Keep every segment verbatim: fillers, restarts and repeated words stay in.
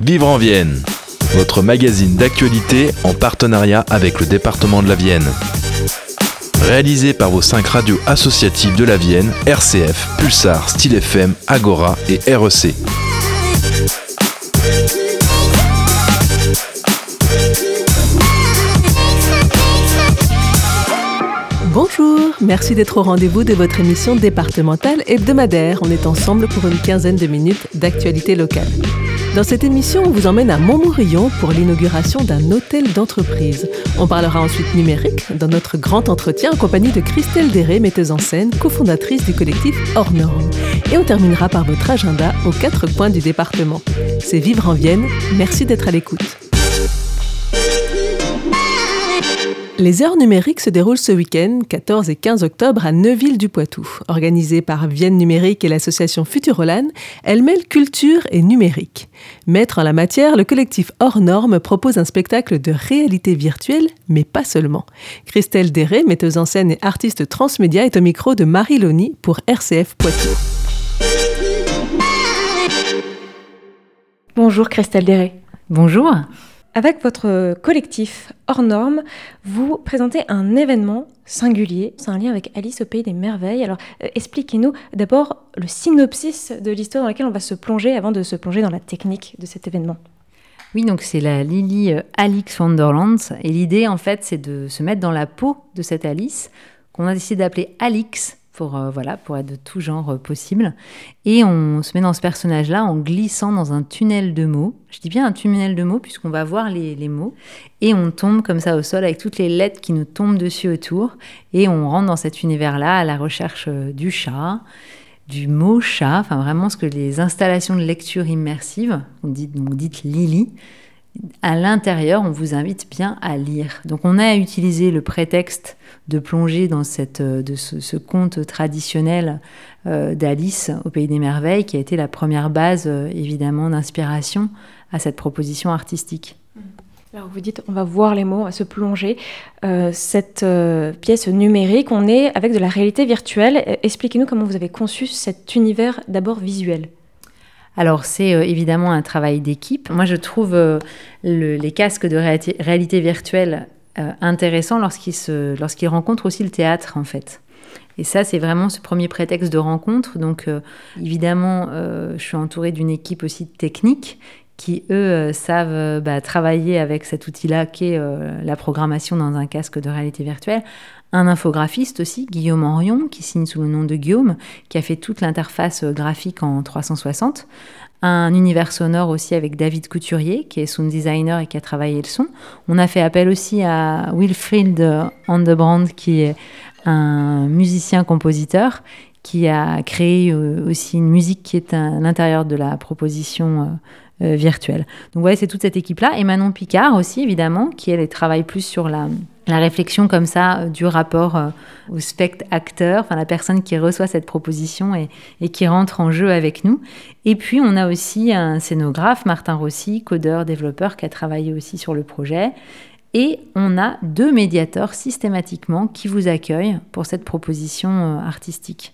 Vivre en Vienne, votre magazine d'actualité en partenariat avec le département de la Vienne. Réalisé par vos cinq radios associatives de la Vienne, R C F, Pulsar, Style F M, Agora et R E C. Bonjour, merci d'être au rendez-vous de votre émission départementale hebdomadaire. On est ensemble pour une quinzaine de minutes d'actualité locale. Dans cette émission, on vous emmène à Montmorillon pour l'inauguration d'un hôtel d'entreprise. On parlera ensuite numérique dans notre grand entretien en compagnie de Christelle Déré, metteuse en scène, cofondatrice du collectif Hors Normes. Et on terminera par votre agenda aux quatre coins du département. C'est Vivre en Vienne, merci d'être à l'écoute. Les heures numériques se déroulent ce week-end, quatorze et quinze octobre, à Neuville-du-Poitou. Organisée par Vienne Numérique et l'association Futurolan, elle mêle culture et numérique. Maître en la matière, le collectif Hors Normes propose un spectacle de réalité virtuelle, mais pas seulement. Christelle Déré, metteuse en scène et artiste transmédia, est au micro de Marie Loni pour R C F Poitou. Bonjour Christelle Déré. Bonjour. Avec votre collectif Hors Normes, vous présentez un événement singulier. C'est un lien avec Alice au Pays des Merveilles. Alors, euh, expliquez-nous d'abord le synopsis de l'histoire dans laquelle on va se plonger avant de se plonger dans la technique de cet événement. Oui, donc c'est la Lily euh, Alix Wonderland. Et l'idée, en fait, c'est de se mettre dans la peau de cette Alice, qu'on a décidé d'appeler Alix, pour, euh, voilà, pour être de tout genre euh, possible. Et on se met dans ce personnage-là en glissant dans un tunnel de mots. Je dis bien un tunnel de mots puisqu'on va voir les, les mots. Et on tombe comme ça au sol avec toutes les lettres qui nous tombent dessus autour. Et on rentre dans cet univers-là à la recherche euh, du chat, du mot chat, enfin vraiment ce que les installations de lecture immersive, on dit, on dit Lily, à l'intérieur, on vous invite bien à lire. Donc on a utilisé le prétexte de plonger dans cette, de ce, ce conte traditionnel euh, d'Alice au Pays des Merveilles, qui a été la première base, euh, évidemment, d'inspiration à cette proposition artistique. Alors vous dites, on va voir les mots, on va se plonger. Euh, cette euh, pièce numérique, on est avec de la réalité virtuelle. Expliquez-nous comment vous avez conçu cet univers d'abord visuel. Alors, c'est euh, évidemment un travail d'équipe. Moi, je trouve euh, le, les casques de réalité, réalité virtuelle euh, intéressants lorsqu'ils, se, lorsqu'ils rencontrent aussi le théâtre, en fait. Et ça, c'est vraiment ce premier prétexte de rencontre. Donc, euh, évidemment, euh, je suis entourée d'une équipe aussi technique qui, eux, euh, savent euh, bah, travailler avec cet outil-là qu'est euh, la programmation dans un casque de réalité virtuelle. Un infographiste aussi, Guillaume Henrion, qui signe sous le nom de Guillaume, qui a fait toute l'interface graphique en trois cent soixante. Un univers sonore aussi avec David Couturier, qui est sound designer et qui a travaillé le son. On a fait appel aussi à Wilfried Andebrand, qui est un musicien-compositeur, qui a créé aussi une musique qui est à l'intérieur de la proposition euh, virtuelle. Donc ouais, c'est toute cette équipe-là. Et Manon Picard aussi, évidemment, qui elle travaille plus sur la... la réflexion comme ça du rapport euh, au spectateur, enfin la personne qui reçoit cette proposition et, et qui rentre en jeu avec nous. Et puis on a aussi un scénographe, Martin Rossi, codeur, développeur, qui a travaillé aussi sur le projet. Et on a deux médiateurs systématiquement qui vous accueillent pour cette proposition euh, artistique.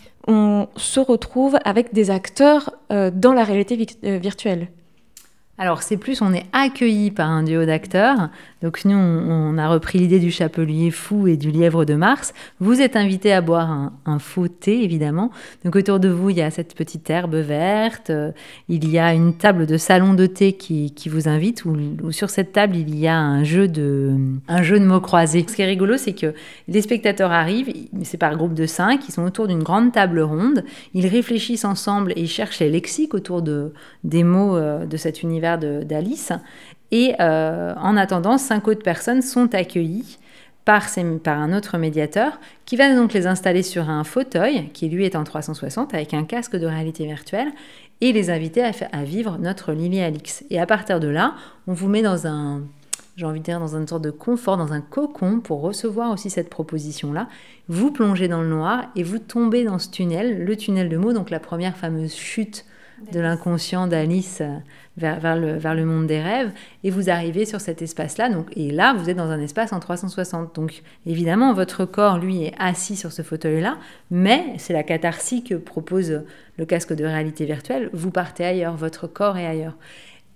On se retrouve avec des acteurs euh, dans la réalité vi- euh, virtuelle. Alors, c'est plus, on est accueillis par un duo d'acteurs. Donc, nous, on, on a repris l'idée du chapelier fou et du lièvre de Mars. Vous êtes invités à boire un, un faux thé, évidemment. Donc, autour de vous, il y a cette petite herbe verte. Euh, il y a une table de salon de thé qui, qui vous invite, où, où sur cette table, il y a un jeu de, un jeu de mots croisés. Ce qui est rigolo, c'est que les spectateurs arrivent, c'est par groupe de cinq, ils sont autour d'une grande table ronde. Ils réfléchissent ensemble et ils cherchent les lexiques autour de, des mots euh, de cet univers De, d'Alice. Et euh, en attendant, cinq autres personnes sont accueillies par, ces, par un autre médiateur qui va donc les installer sur un fauteuil qui lui est en trois cent soixante avec un casque de réalité virtuelle et les inviter à, à vivre notre Lily Alix. Et à partir de là, on vous met dans un, j'ai envie de dire, dans une sorte de confort, dans un cocon pour recevoir aussi cette proposition-là. Vous plongez dans le noir et vous tombez dans ce tunnel, le tunnel de mots, donc la première fameuse chute de l'inconscient d'Alice vers, vers, le, vers le monde des rêves, et vous arrivez sur cet espace-là, donc, et là, vous êtes dans un espace en trois cent soixante. Donc, évidemment, votre corps, lui, est assis sur ce fauteuil-là, mais c'est la catharsis que propose le casque de réalité virtuelle. Vous partez ailleurs, votre corps est ailleurs.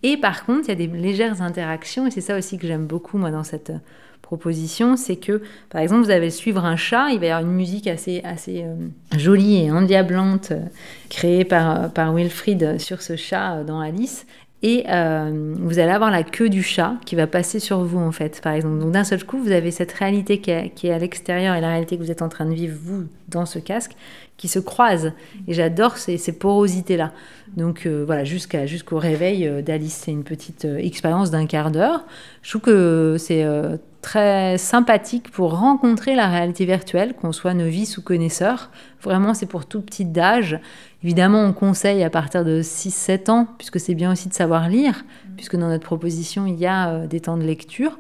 Et par contre, il y a des légères interactions, et c'est ça aussi que j'aime beaucoup, moi, dans cette proposition, c'est que, par exemple, vous allez suivre un chat, il va y avoir une musique assez, assez euh, jolie et endiablante, euh, créée par, par Wilfried sur ce chat euh, dans Alice, et euh, vous allez avoir la queue du chat qui va passer sur vous, en fait, par exemple. Donc, d'un seul coup, vous avez cette réalité qui est, qui est à l'extérieur et la réalité que vous êtes en train de vivre, vous, dans ce casque, qui se croisent. Et j'adore ces, ces porosités-là. Donc, euh, voilà, jusqu'à, jusqu'au réveil euh, d'Alice. C'est une petite euh, expérience d'un quart d'heure. Je trouve que c'est euh, très sympathique pour rencontrer la réalité virtuelle, qu'on soit novice ou connaisseur. Vraiment, c'est pour tout petit d'âge. Évidemment, on conseille à partir de six sept ans, puisque c'est bien aussi de savoir lire, mmh. puisque dans notre proposition, il y a euh, des temps de lecture.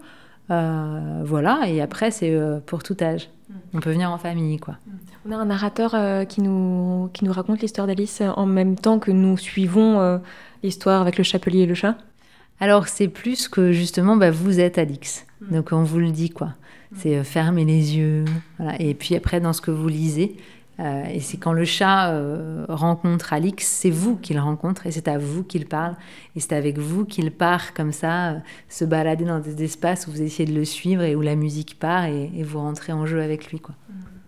Euh, voilà, et après, c'est euh, pour tout âge. Mmh. On peut venir en famille, quoi. On a un narrateur euh, qui, nous, qui nous raconte l'histoire d'Alice en même temps que nous suivons euh, l'histoire avec le chapelier et le chat. Alors, c'est plus que, justement, bah, vous êtes Alix. Mmh. Donc, on vous le dit, quoi. Mmh. C'est euh, fermer les yeux. Voilà. Et puis après, dans ce que vous lisez... Euh, et c'est quand le chat euh, rencontre Alix, c'est vous qu'il rencontre et c'est à vous qu'il parle. Et c'est avec vous qu'il part comme ça, euh, se balader dans des espaces où vous essayez de le suivre et où la musique part et, et vous rentrez en jeu avec lui, quoi.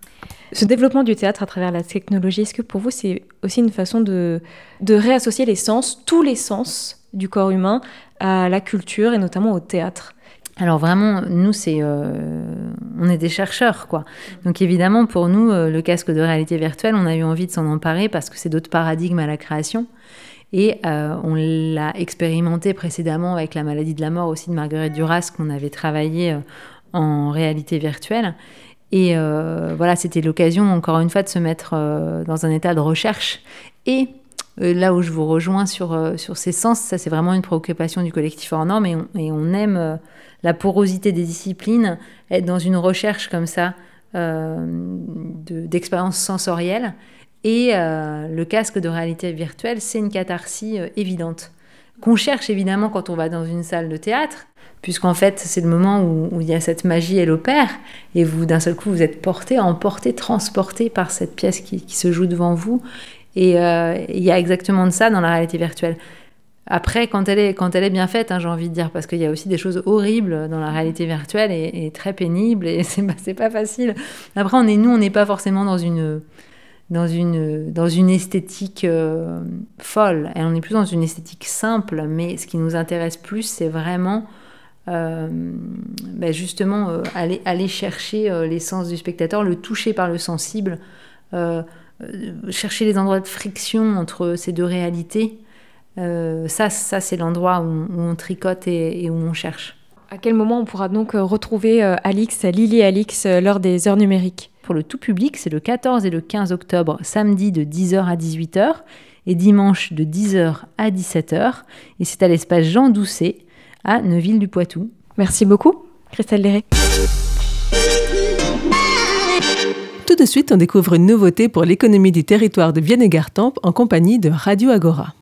Ce développement du théâtre à travers la technologie, est-ce que pour vous c'est aussi une façon de, de réassocier les sens, tous les sens du corps humain à la culture et notamment au théâtre ? Alors vraiment, nous, c'est, euh, on est des chercheurs, quoi. Donc évidemment, pour nous, euh, le casque de réalité virtuelle, on a eu envie de s'en emparer parce que c'est d'autres paradigmes à la création. Et euh, on l'a expérimenté précédemment avec La maladie de la mort aussi de Marguerite Duras, qu'on avait travaillé euh, en réalité virtuelle. Et euh, voilà, c'était l'occasion, encore une fois, de se mettre euh, dans un état de recherche. Et euh, là où je vous rejoins sur, euh, sur ces sens, ça, c'est vraiment une préoccupation du collectif Hors Norme. Et on, et on aime... Euh, la porosité des disciplines, être dans une recherche comme ça euh, de, d'expériences sensorielles. Et euh, le casque de réalité virtuelle, c'est une catharsis euh, évidente, qu'on cherche évidemment quand on va dans une salle de théâtre, puisqu'en fait, c'est le moment où, où il y a cette magie, elle opère, et vous, d'un seul coup, vous êtes porté, emporté, transporté par cette pièce qui, qui se joue devant vous. Et euh, il y a exactement de ça dans la réalité virtuelle. Après, quand elle est, quand elle est bien faite, hein, j'ai envie de dire, parce qu'il y a aussi des choses horribles dans la réalité virtuelle et, et très pénibles, et c'est, bah, c'est pas facile. Après, on est, nous, on n'est pas forcément dans une, dans une, dans une esthétique euh, folle, et on est plus dans une esthétique simple, mais ce qui nous intéresse plus, c'est vraiment euh, bah, justement euh, aller, aller chercher euh, les sens du spectateur, le toucher par le sensible, euh, euh, chercher les endroits de friction entre ces deux réalités. Euh, ça, ça, c'est l'endroit où, où on tricote et, et où on cherche. À quel moment on pourra donc retrouver euh, Alix, Lily et Alix euh, lors des heures numériques ? Pour le tout public, c'est le quatorze et le quinze octobre, samedi de dix heures à dix-huit heures et dimanche de dix heures à dix-sept heures. Et c'est à l'espace Jean Doucet à Neuville-du-Poitou. Merci beaucoup, Christelle Léré. Tout de suite, on découvre une nouveauté pour l'économie du territoire de Vienne-et-Gartempe en compagnie de Radio Agora.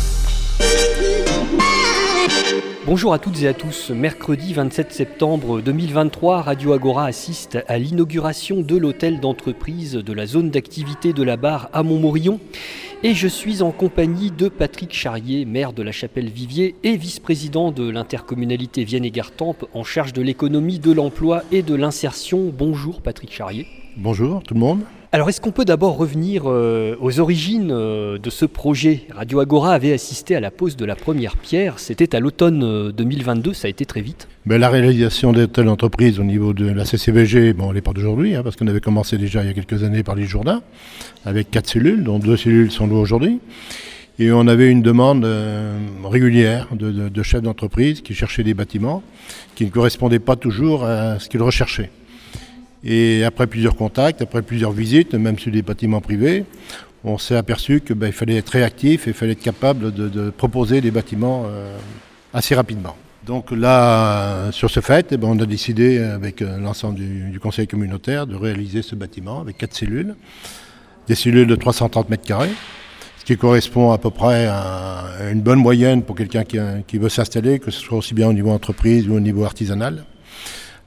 Bonjour à toutes et à tous. Mercredi vingt-sept septembre deux mille vingt-trois, Radio Agora assiste à l'inauguration de l'hôtel d'entreprise de la zone d'activité de la Barre à Montmorillon. Et je suis en compagnie de Patrick Charrier, maire de la Chapelle-Vivier et vice-président de l'intercommunalité Vienne-et-Gartempe en charge de l'économie, de l'emploi et de l'insertion. Bonjour Patrick Charrier. Bonjour tout le monde. Alors, est-ce qu'on peut d'abord revenir euh, aux origines euh, de ce projet ? Radio Agora avait assisté à la pose de la première pierre, c'était à l'automne euh, deux mille vingt-deux, ça a été très vite. Ben, la réalisation des hôtels d'entreprise au niveau de la C C V G, bon, elle n'est pas d'aujourd'hui, hein, parce qu'on avait commencé déjà il y a quelques années par l'île Jourdain, avec quatre cellules, dont deux cellules sont louées aujourd'hui. Et on avait une demande euh, régulière de, de, de chefs d'entreprise qui cherchaient des bâtiments qui ne correspondaient pas toujours à ce qu'ils recherchaient. Et après plusieurs contacts, après plusieurs visites, même sur des bâtiments privés, on s'est aperçu qu'il ben, fallait être réactif et il fallait être capable de, de proposer des bâtiments euh, assez rapidement. Donc là, sur ce fait, eh ben, on a décidé avec l'ensemble du, du conseil communautaire de réaliser ce bâtiment avec quatre cellules, des cellules de trois cent trente mètres carrés, ce qui correspond à peu près à une bonne moyenne pour quelqu'un qui, qui veut s'installer, que ce soit aussi bien au niveau entreprise ou au niveau artisanal,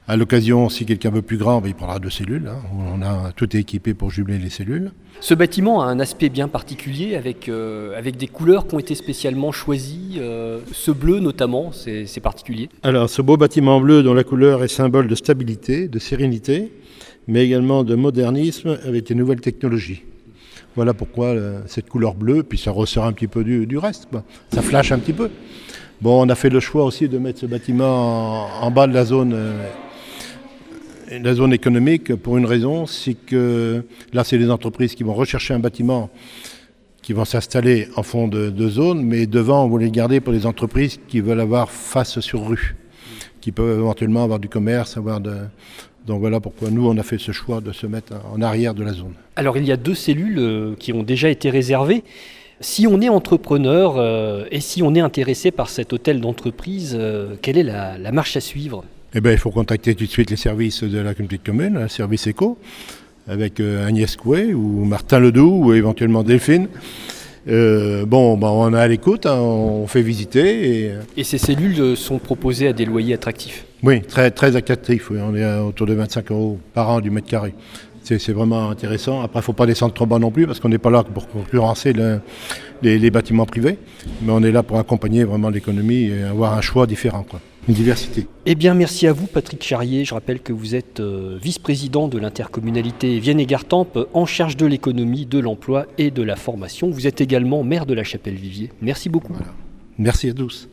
À l'occasion, si quelqu'un veut plus grand, ben, il prendra deux cellules. Hein. On a, tout est équipé pour jumeler les cellules. Ce bâtiment a un aspect bien particulier avec, euh, avec des couleurs qui ont été spécialement choisies. Euh, ce bleu notamment, c'est, c'est particulier. Alors ce beau bâtiment bleu dont la couleur est symbole de stabilité, de sérénité, mais également de modernisme avec les nouvelles technologies. Voilà pourquoi euh, cette couleur bleue, puis ça ressort un petit peu du, du reste, quoi. Ça flash un petit peu. Bon, on a fait le choix aussi de mettre ce bâtiment en, en bas de la zone... Euh, La zone économique, pour une raison, c'est que là, c'est les entreprises qui vont rechercher un bâtiment qui vont s'installer en fond de, de zone, mais devant, on voulait le garder pour les entreprises qui veulent avoir face sur rue, qui peuvent éventuellement avoir du commerce, avoir de... Donc voilà pourquoi nous, on a fait ce choix de se mettre en arrière de la zone. Alors, il y a deux cellules euh, qui ont déjà été réservées. Si on est entrepreneur euh, et si on est intéressé par cet hôtel d'entreprise, euh, quelle est la, la marche à suivre ? Eh bien, il faut contacter tout de suite les services de la communauté de communes, le service éco, avec euh, Agnès Coué ou Martin Ledoux ou éventuellement Delphine. Euh, bon, ben, on est à l'écoute, hein, on fait visiter. Et, et ces cellules sont proposées à des loyers attractifs ? Oui, très, très attractifs. Oui. On est à autour de vingt-cinq euros par an du mètre carré. C'est, c'est vraiment intéressant. Après, il ne faut pas descendre trop bas non plus parce qu'on n'est pas là pour concurrencer le, les, les bâtiments privés. Mais on est là pour accompagner vraiment l'économie et avoir un choix différent, quoi. Une diversité. Eh bien, merci à vous, Patrick Charrier. Je rappelle que vous êtes euh, vice-président de l'intercommunalité Vienne et Gartempe en charge de l'économie, de l'emploi et de la formation. Vous êtes également maire de la Chapelle-Vivier. Merci beaucoup. Voilà. Merci à tous.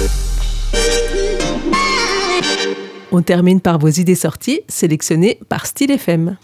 On termine par vos idées sorties sélectionnées par Style F M.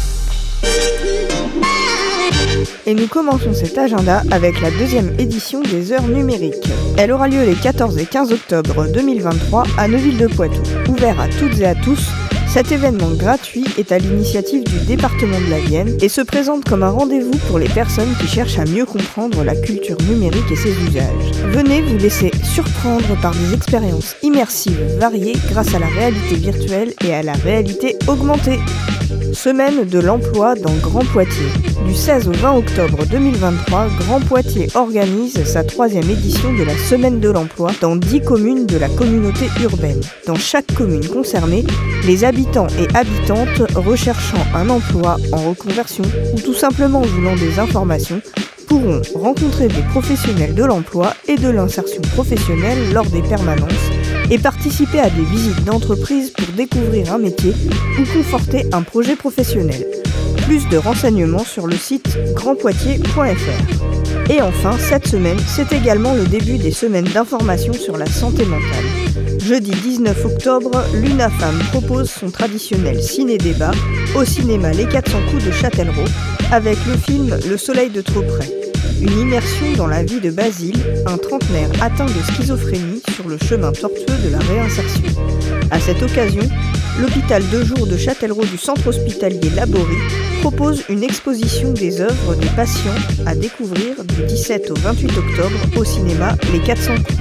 Et nous commençons cet agenda avec la deuxième édition des Heures numériques. Elle aura lieu les quatorze et quinze octobre deux mille vingt-trois à Neuville-de-Poitou. Ouvert à toutes et à tous, cet événement gratuit est à l'initiative du département de la Vienne et se présente comme un rendez-vous pour les personnes qui cherchent à mieux comprendre la culture numérique et ses usages. Venez vous laisser surprendre par des expériences immersives variées grâce à la réalité virtuelle et à la réalité augmentée. Semaine de l'emploi dans Grand Poitiers. Du seize au vingt octobre deux mille vingt-trois, Grand Poitiers organise sa troisième édition de la Semaine de l'emploi dans dix communes de la communauté urbaine. Dans chaque commune concernée, les habitants et habitantes recherchant un emploi en reconversion ou tout simplement voulant des informations pourront rencontrer des professionnels de l'emploi et de l'insertion professionnelle lors des permanences et participer à des visites d'entreprise pour découvrir un métier ou conforter un projet professionnel. Plus de renseignements sur le site grand poitiers point f r. Et enfin, cette semaine, c'est également le début des semaines d'information sur la santé mentale. Jeudi dix-neuf octobre, l'UNAFAM propose son traditionnel ciné-débat au cinéma Les quatre cents coups de Châtellerault avec le film Le soleil de trop près. Une immersion dans la vie de Basile, un trentenaire atteint de schizophrénie sur le chemin tortueux de la réinsertion. À cette occasion, l'hôpital de jour de Châtellerault du centre hospitalier Laborie propose une exposition des œuvres des patients à découvrir du dix-sept au vingt-huit octobre au cinéma Les quatre cents coups.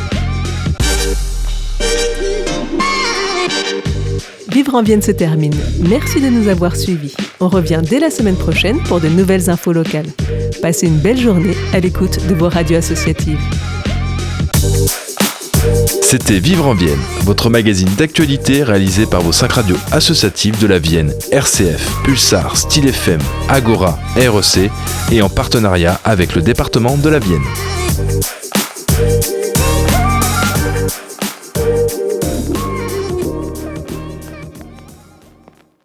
Vivre en Vienne se termine. Merci de nous avoir suivis. On revient dès la semaine prochaine pour de nouvelles infos locales. Passez une belle journée à l'écoute de vos radios associatives. C'était Vivre en Vienne, votre magazine d'actualité réalisé par vos cinq radios associatives de la Vienne, R C F, Pulsar, Style F M, Agora, R E C et en partenariat avec le département de la Vienne.